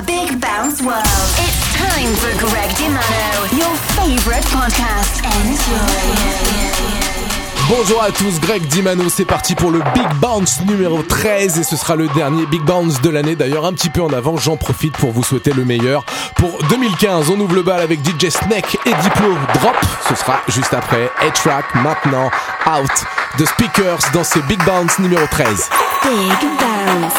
the Big Bounce world. It's time for Greg DiMano, your favorite podcast. Enjoy. Bonjour à tous, Greg DiMano, c'est parti pour le Big Bounce numéro 13 et ce sera le dernier Big Bounce de l'année. D'ailleurs un petit peu en avant, j'en profite pour vous souhaiter le meilleur. Pour 2015, on ouvre le bal avec DJ Snake et Diplo Drop. Ce sera juste après A-Track, maintenant Out de Speakers dans ce Big Bounce numéro 13. Big Bounce.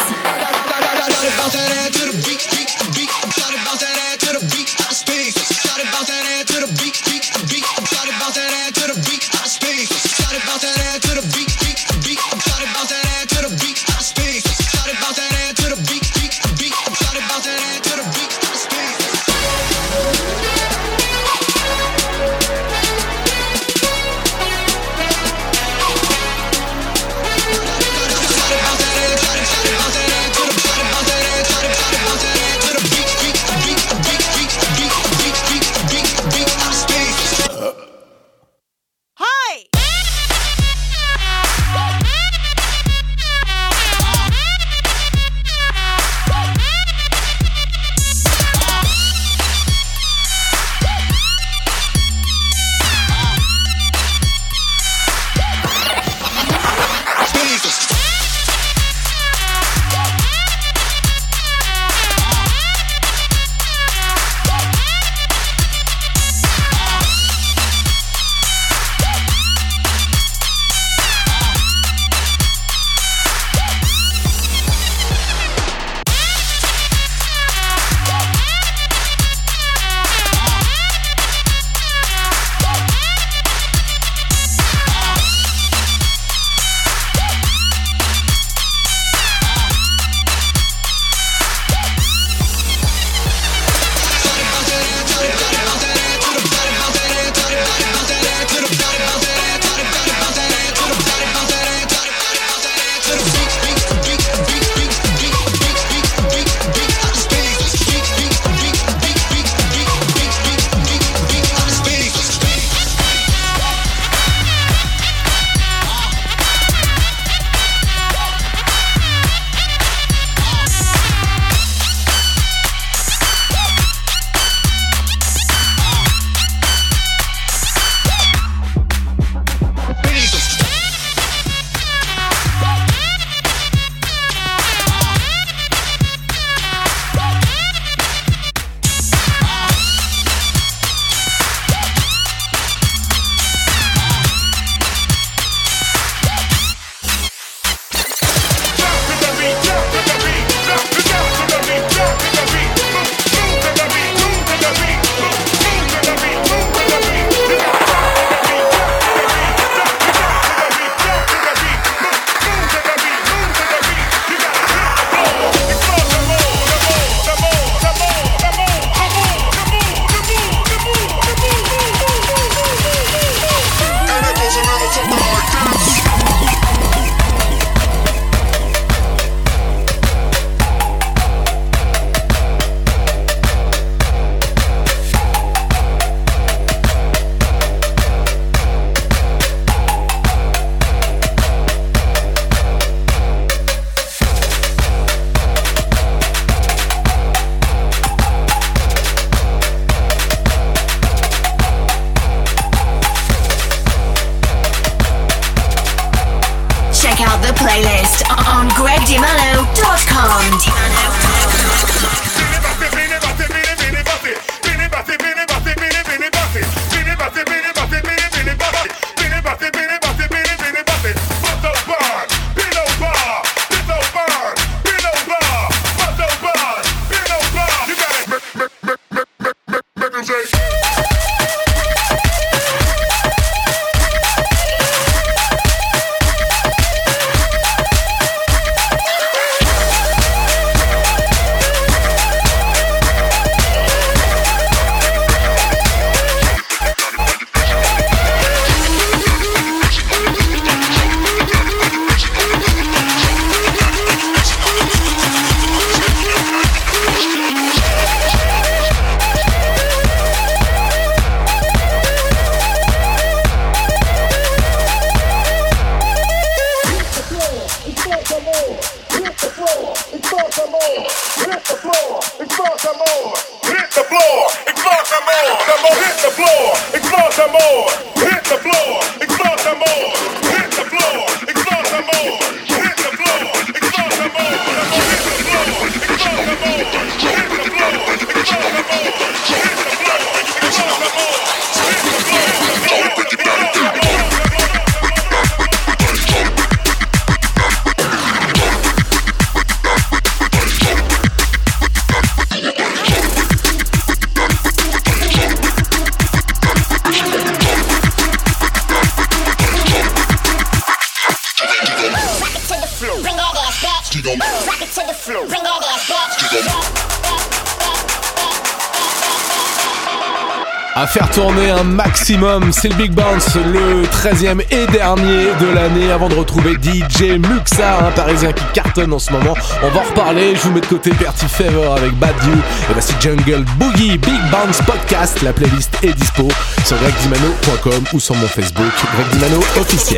It's Baltimore. À faire tourner un maximum, c'est le Big Bounce, le 13e et dernier de l'année, avant de retrouver DJ Muxa, un parisien qui cartonne en ce moment. On va en reparler, je vous mets de côté Bertie Favor avec Bad You, et voici Jungle Boogie. Big Bounce Podcast, la playlist est dispo sur gregdimano.com ou sur mon Facebook, Greg Dimano officiel.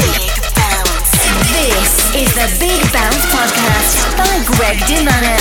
This is the Big Bounce Podcast by Greg Dimano.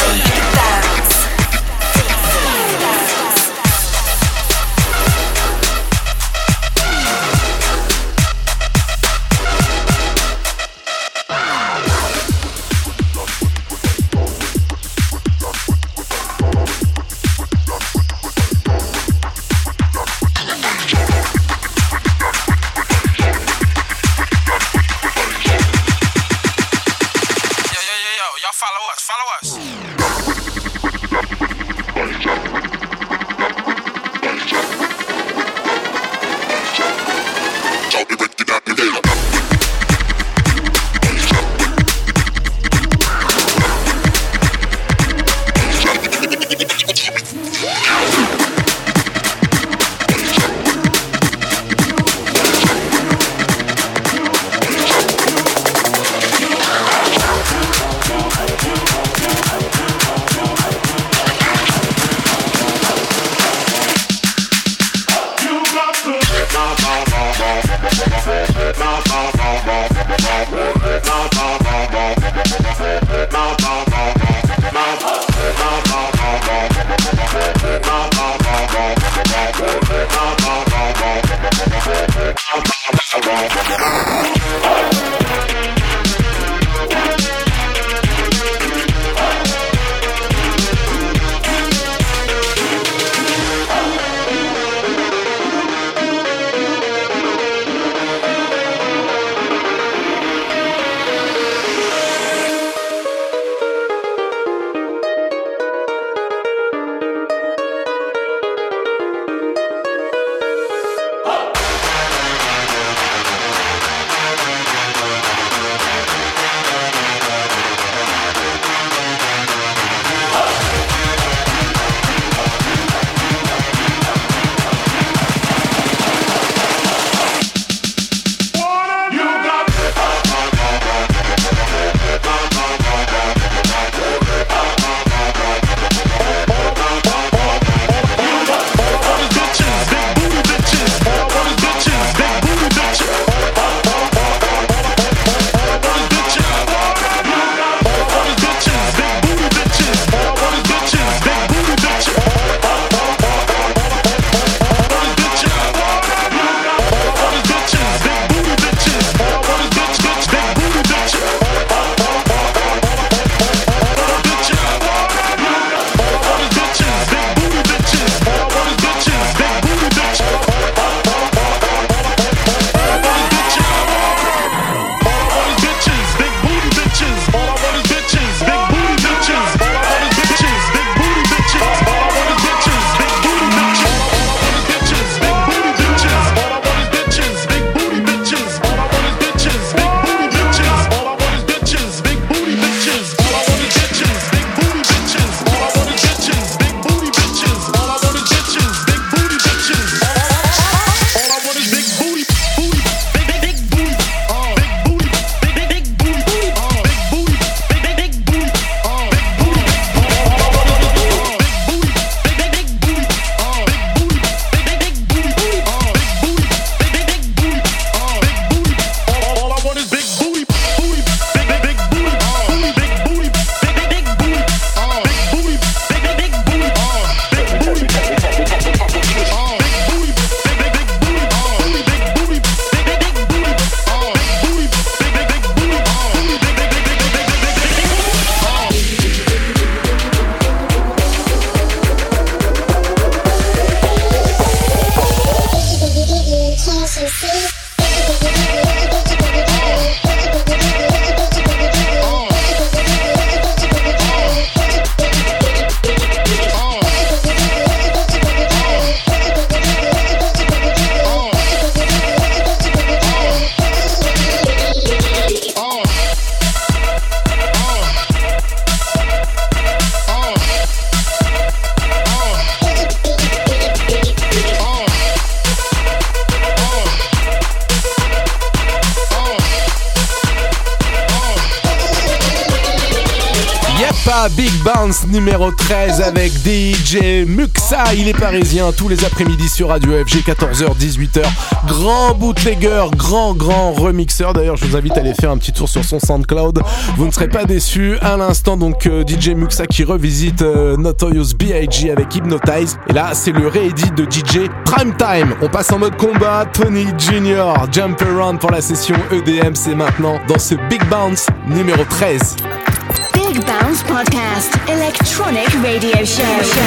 bas, Big Bounce numéro 13 avec DJ Muxa. Il est parisien tous les après-midi sur Radio FG, 14h, 18h. Grand bootlegger, grand remixeur. D'ailleurs, je vous invite à aller faire un petit tour sur son SoundCloud. Vous ne serez pas déçus. À l'instant, donc, DJ Muxa qui revisite Notorious B.I.G. avec Hypnotize. Et là, c'est le réédit de DJ Primetime. On passe en mode combat. Tony Jr. Jump Around pour la session EDM. C'est maintenant dans ce Big Bounce numéro 13. Big Bounce Podcast, Electronic Radio Show.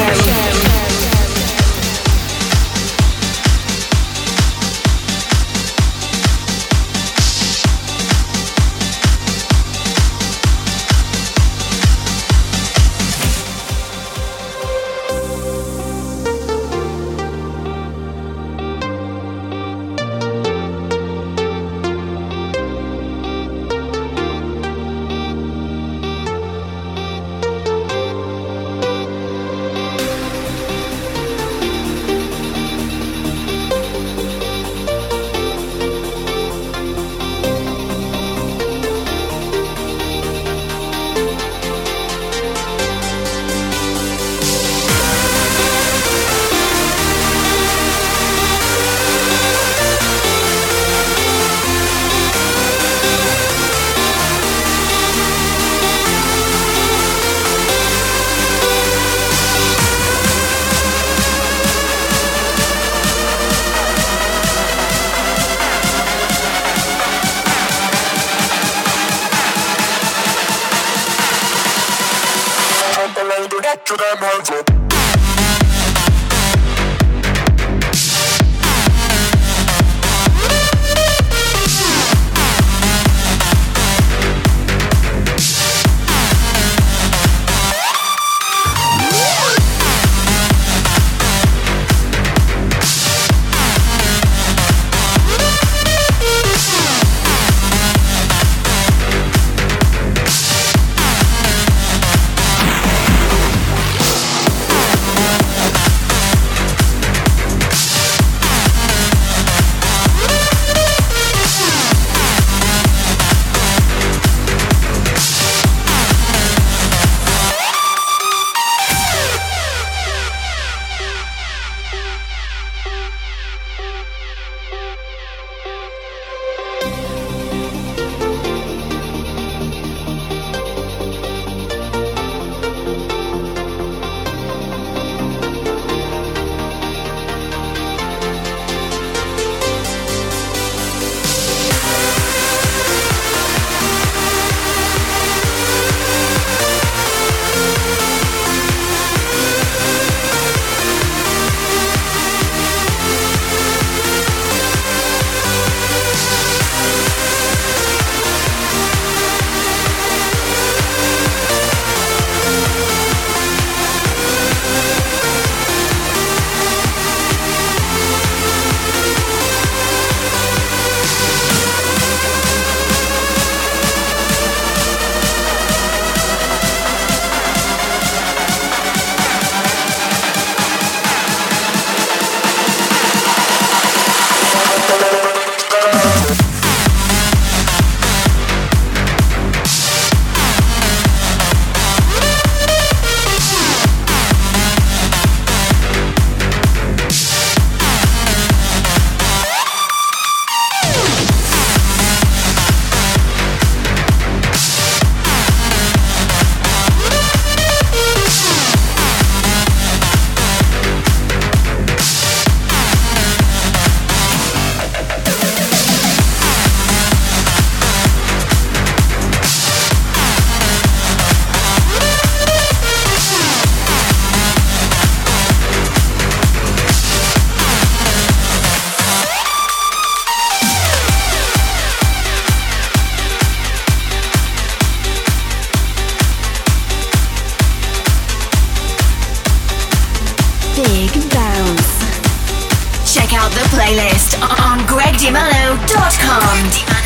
To them hands up. playlist on gregdimano.com.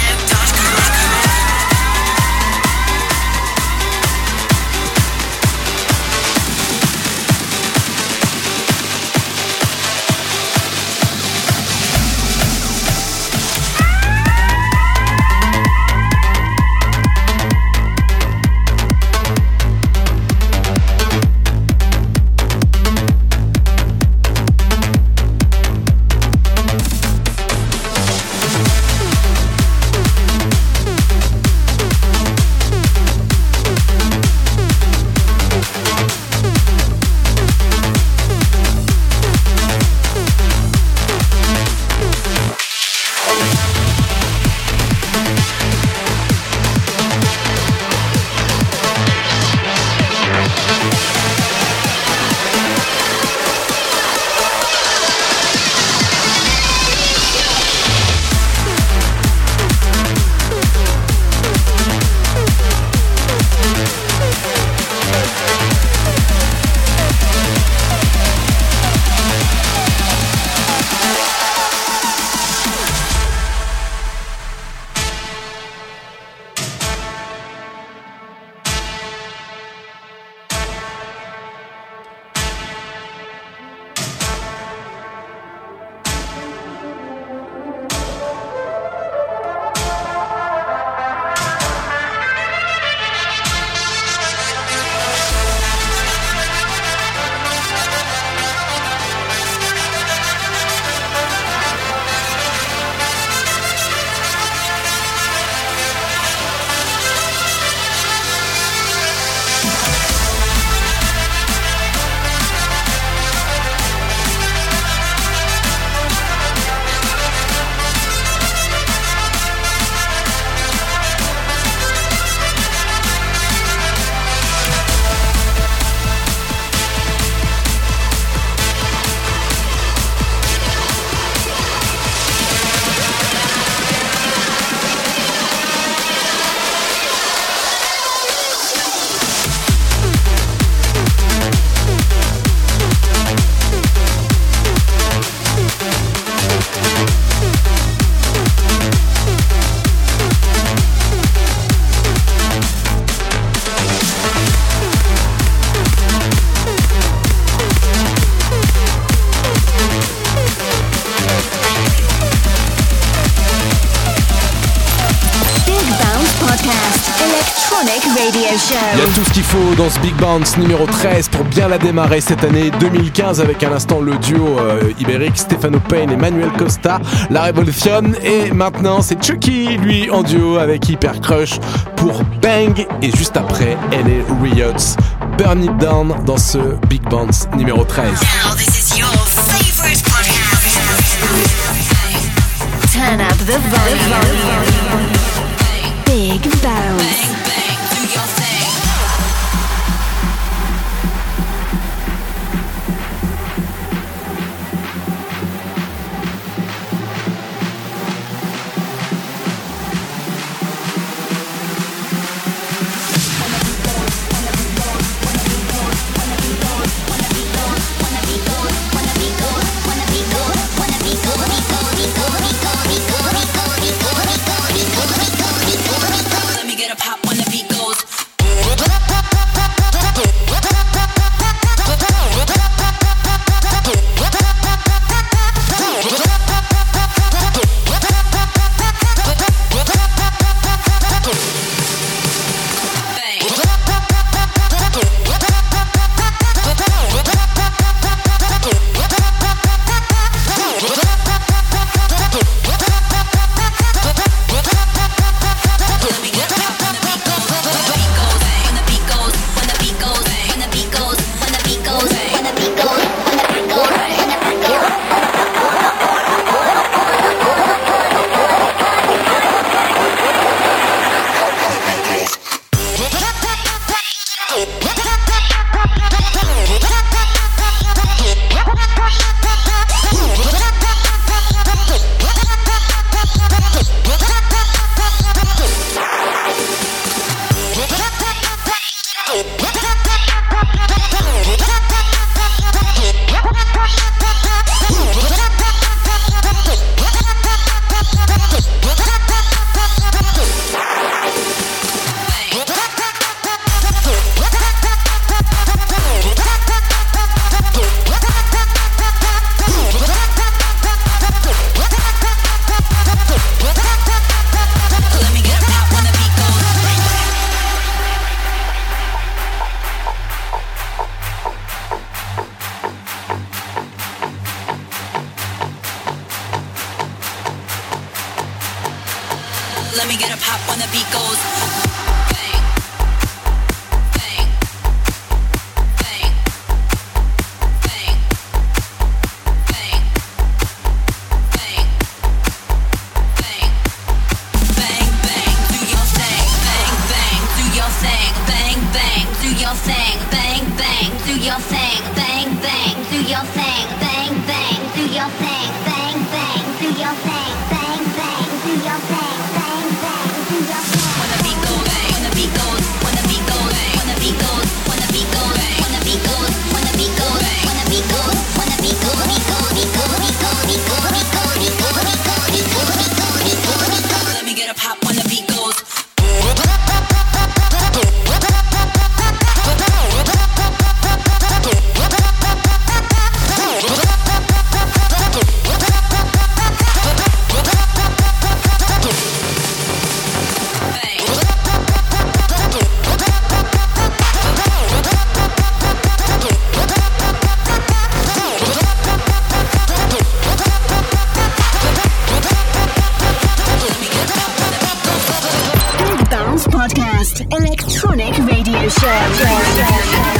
Electronic Radio Show. Il y a tout ce qu'il faut dans ce Big Bounce numéro 13 pour bien la démarrer cette année 2015 avec à l'instant le duo ibérique Stefano Payne et Manuel Costa, La Révolution. Et maintenant c'est Chucky, lui en duo avec Hyper Crush pour Bang. Et juste après, elle est Riots, Burn It Down dans ce Big Bounce numéro 13. Now this is your favorite podcast. Turn up the volume. Big Bounce. Let me get a pop when the beat goes. Electronic Radio Show.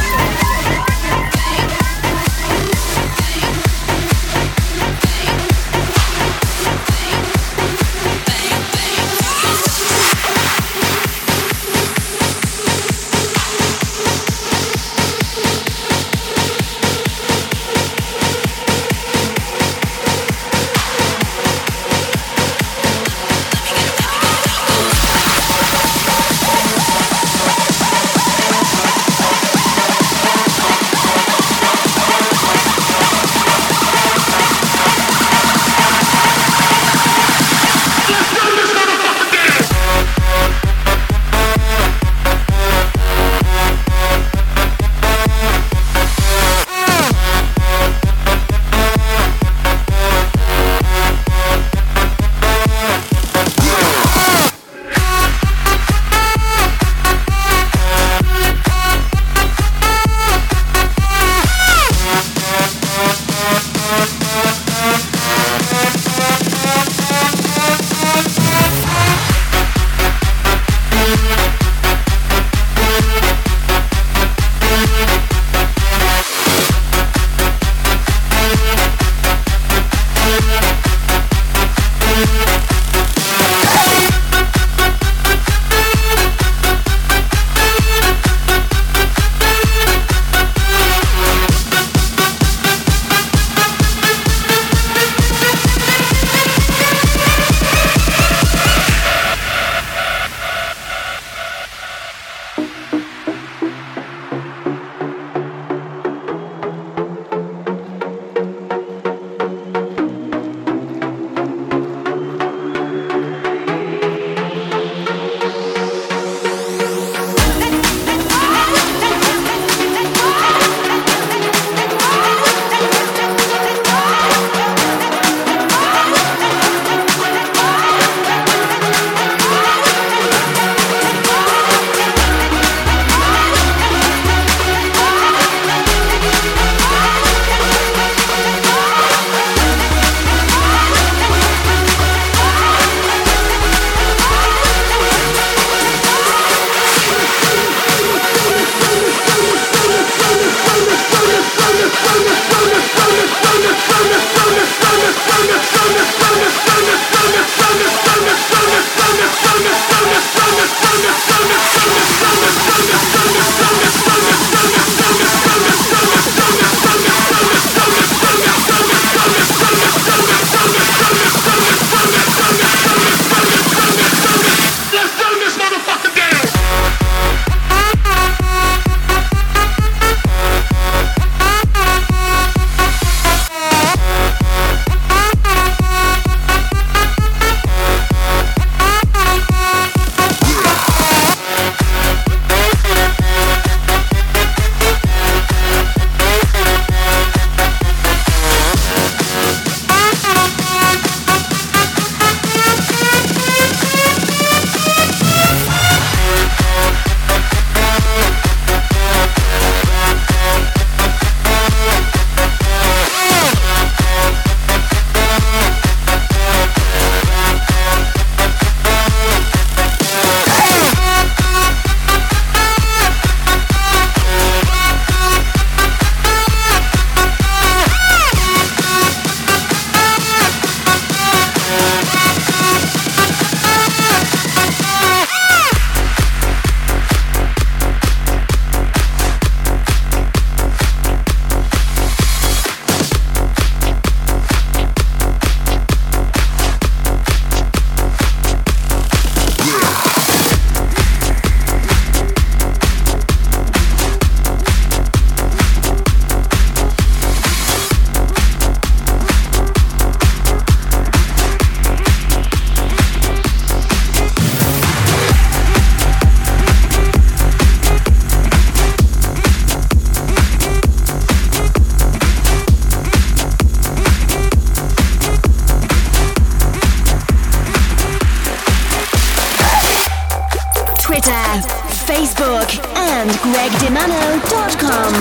Twitter, Facebook, and gregdemano.com.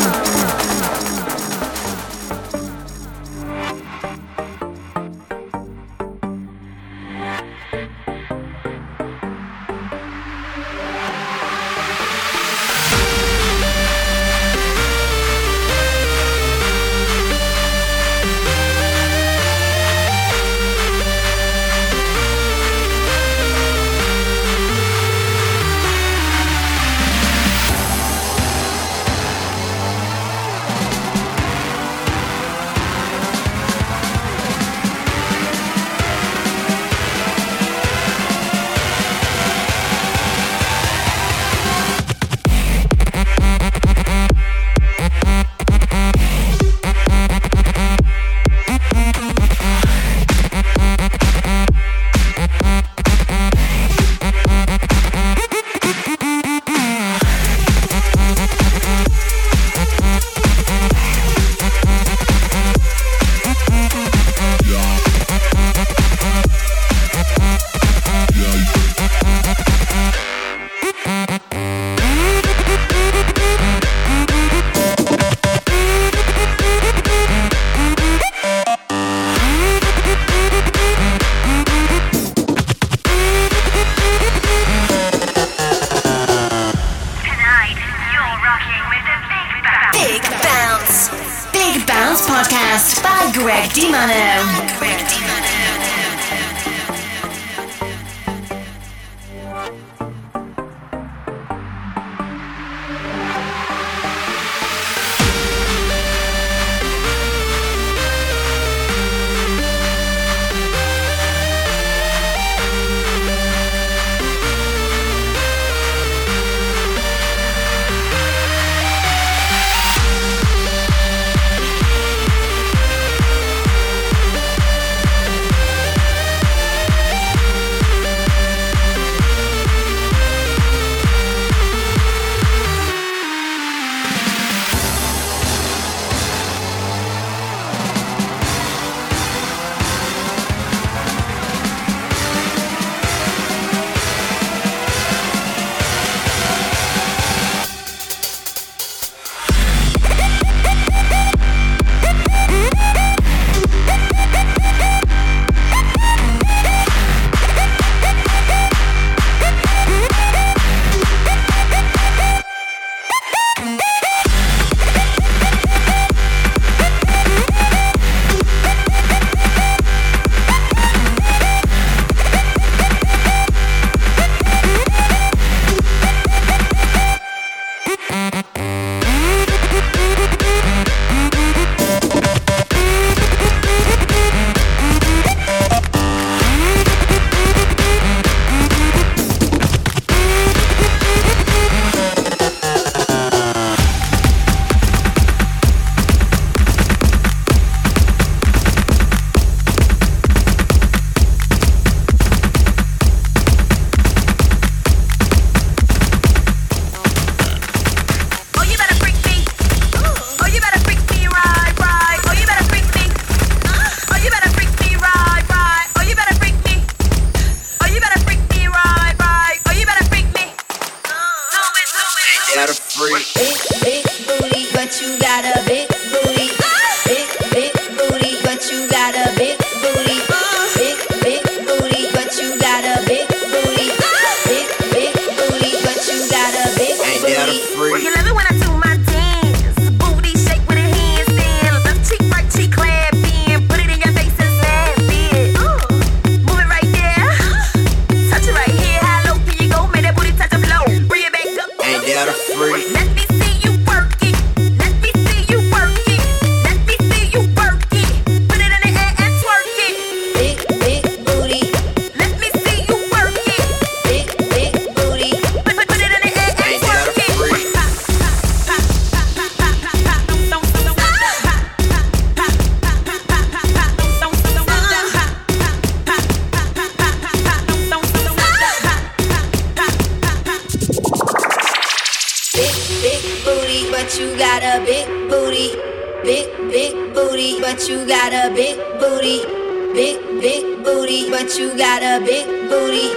but you got a big booty. Big booty, but you got a big booty.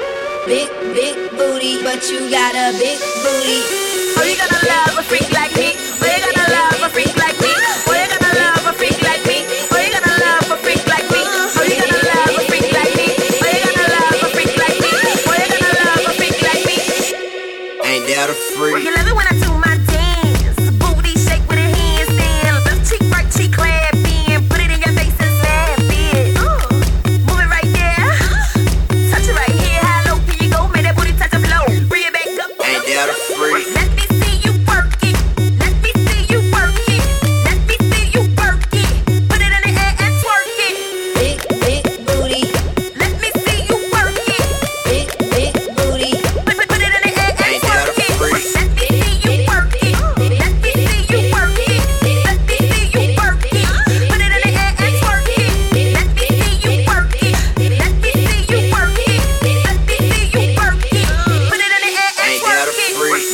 big, big booty, but you got a big booty. Oh, you gonna love a freak like me? Oh, you gonna love a freak like me? Oh, you gonna love a freak like me? Oh, you gonna love a freak like me? Oh, you gonna love a freak like me? Oh, you gonna love a freak like me? Oh, you gonna love a freak like me? Ain't that a freak? Well, you love it when I do my dance. Booty shake with a handstand. Left cheek, right cheek, clap in. Put it in your face and slap it. Move it right there. Touch it right here. How low can you go? Make that booty touch the floor. Bring it back up. Ain't that a freak? Let me see you work it. Let me see you work it. Let me see you work it. Put it in the air and twerk it. Big, big booty, Let me see you work it. big, big booty. Put it in the air and Ain't that a twerk it. freak? Let me see you work it. Let me see you work it. Let me see you work it. Put it in the air and twerk it. Let me see you work it. Let me see you work it. Let me see you work it. Put it in the air and Ain't that a twerk it. freak?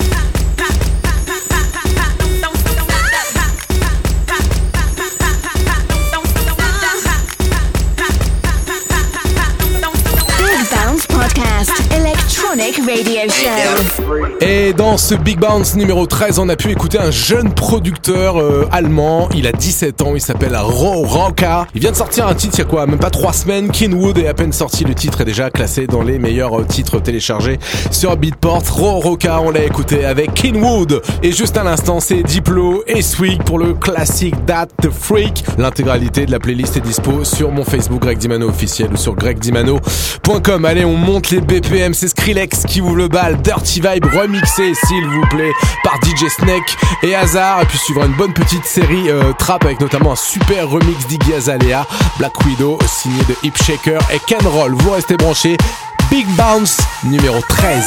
Big Bounce Podcast, electronic radio Ain't that a show. freak? Et dans ce Big Bounce numéro 13, on a pu écouter un jeune producteur allemand. Il a 17 ans, il s'appelle Roka. Il vient de sortir un titre il y a quoi, même pas 3 semaines. Kinwood est à peine sorti, le titre est déjà classé dans les meilleurs titres téléchargés sur Beatport. Roka, on l'a écouté avec Kinwood. Et juste à l'instant, c'est Diplo et Swig pour le classique That the Freak. L'intégralité de la playlist est dispo sur mon Facebook Greg Dimano officiel ou sur gregdimano.com. Allez, on monte les BPM, c'est Skrillex qui ouvre le bal. Dirty Vibe remixé, s'il vous plaît, par DJ Snake et Hazard. Et puis suivra une bonne petite série trap avec notamment un super remix d'Iggy Azalea, Black Widow, signé de Hip Shaker et Ken Roll. Vous restez branchés. Big Bounce numéro 13.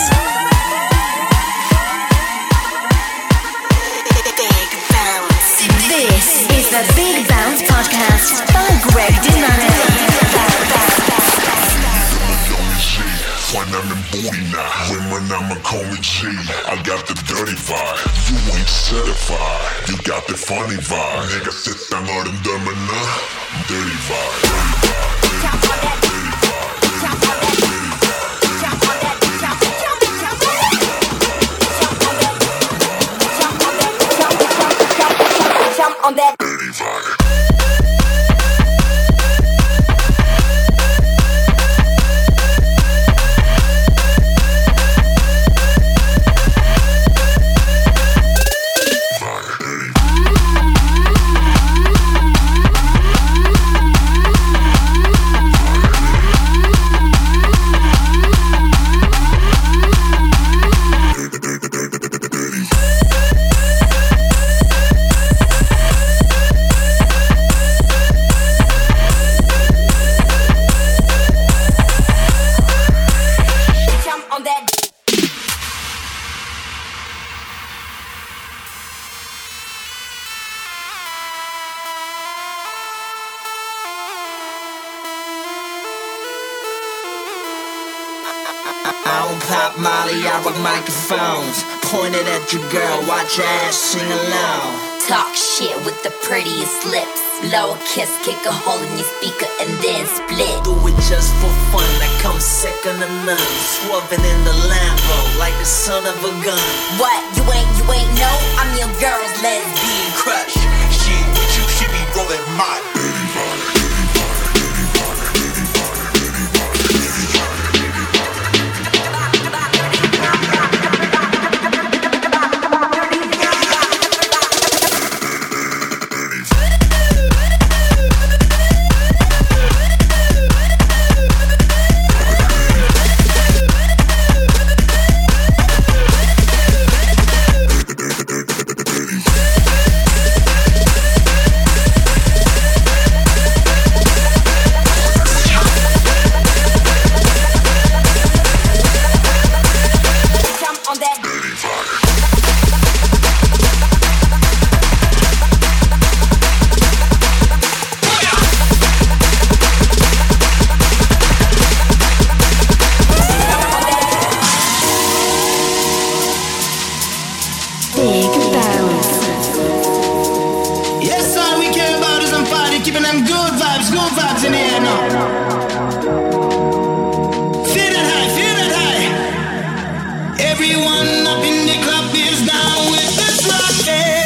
This is the Big Bounce Podcast by Greg Dimano. When I'm in booty now, when I'ma call me G, I got the dirty vibe. You ain't certified, you got the funny vibe. Nigga sit down on them domina, dirty vibe, dirty vibe, dirty vibe, dirty vibe, Jump on that. dirty vibe. I don't pop Molly, I rock microphones. Pointed at your girl, watch your ass sing along. Talk shit with the prettiest lips. Blow a kiss, kick a hole in your speaker, and then split. Do it just for fun, I come second to none. Swerving in the Lambo like the son of a gun. What? You ain't know? I'm your girl's lesbian crush. She with you, she be rolling my dirty vibe. Good vibes in the air now. Feel it high, feel it high. Everyone up in the club is down with this rocket.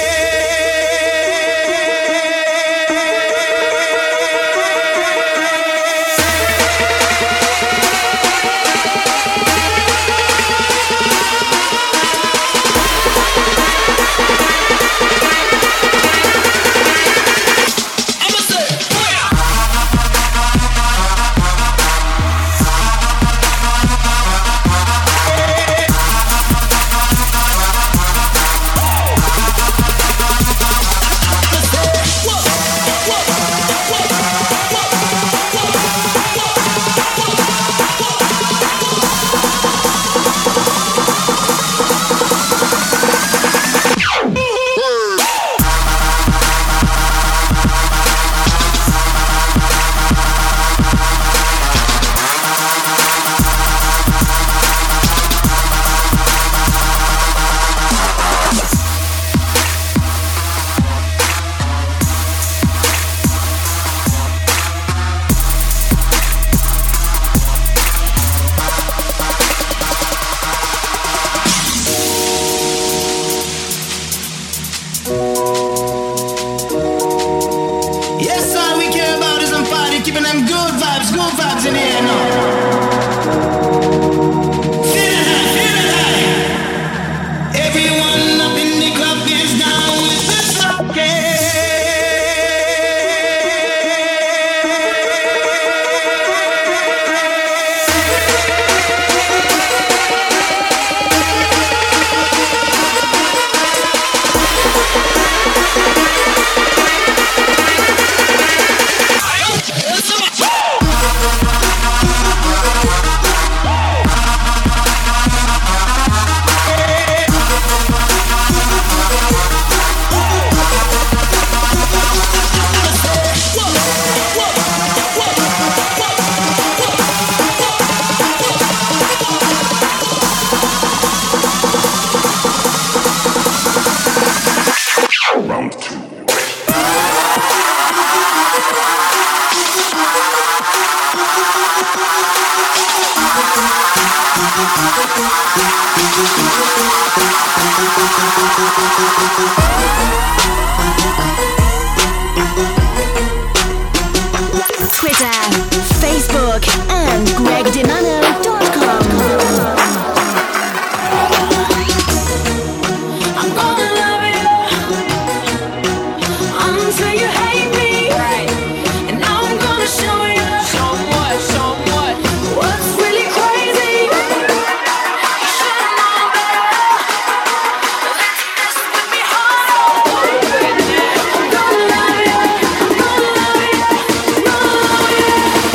Twitter, Facebook, and GregDemano.com. I'm gonna love you until you hate me, and I'm gonna show you what's really crazy. You should've known better. Let's mess with me harder. I'm gonna love you. I'm gonna love you. I'm gonna love you.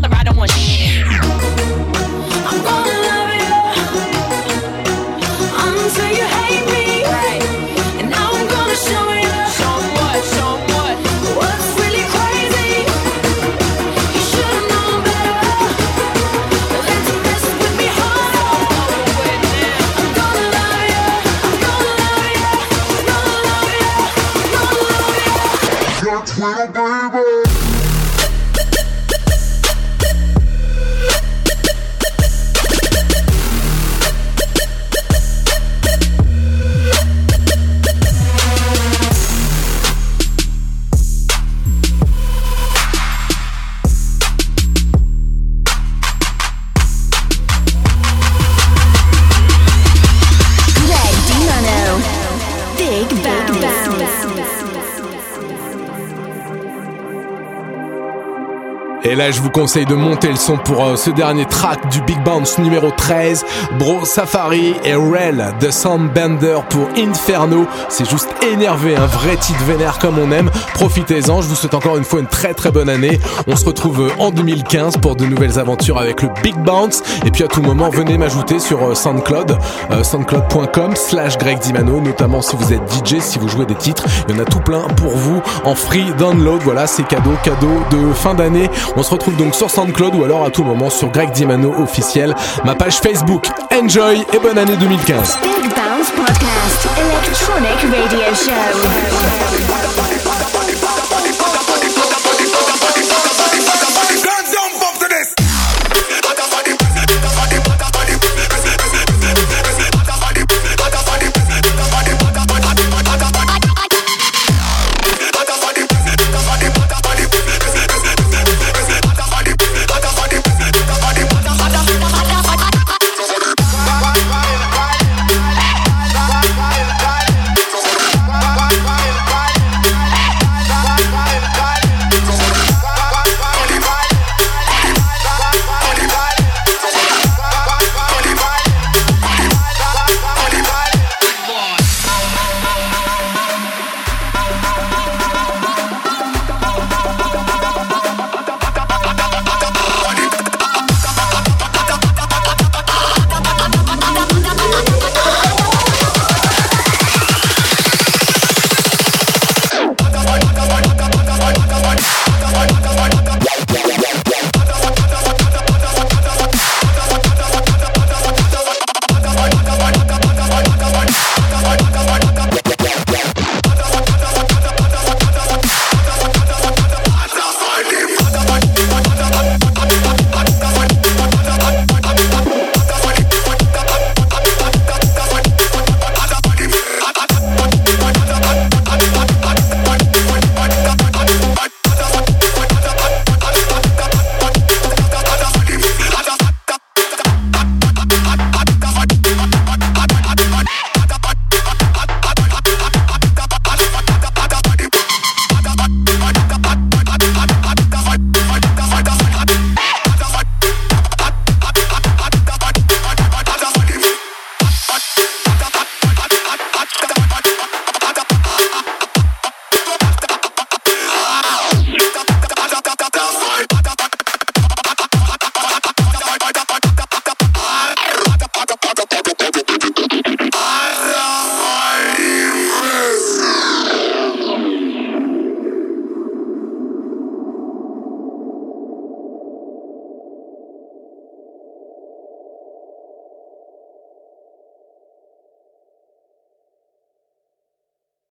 Butler, I don't want shit. I'm gonna love you until you hate me, right? And now I'm gonna show you. Show 'em what? What's really crazy? You should've known better than to mess with me harder. I'm gonna love you. I'm gonna love you. Gonna love you. Gonna love you. Your Twitter, baby. Greg DiMano. Big Bounce. Et là, je vous conseille de monter le son pour ce dernier track du Big Bounce numéro 13, Bro Safari et Rel de Soundbender pour Inferno. C'est juste énervé, un vrai titre vénère comme on aime. Profitez-en, je vous souhaite encore une fois une très très bonne année. On se retrouve en 2015 pour de nouvelles aventures avec le Big Bounce. Et puis à tout moment, venez m'ajouter sur SoundCloud, soundcloud.com/Greg DiMano, notamment si vous êtes DJ, si vous jouez des titres. Il y en a tout plein pour vous en free download. Voilà, c'est cadeau de fin d'année. On se retrouve donc sur SoundCloud ou alors à tout moment sur Greg DiMano officiel, ma page Facebook. Enjoy et bonne année 2015. Big Bounce Podcast, Electronic Radio Show.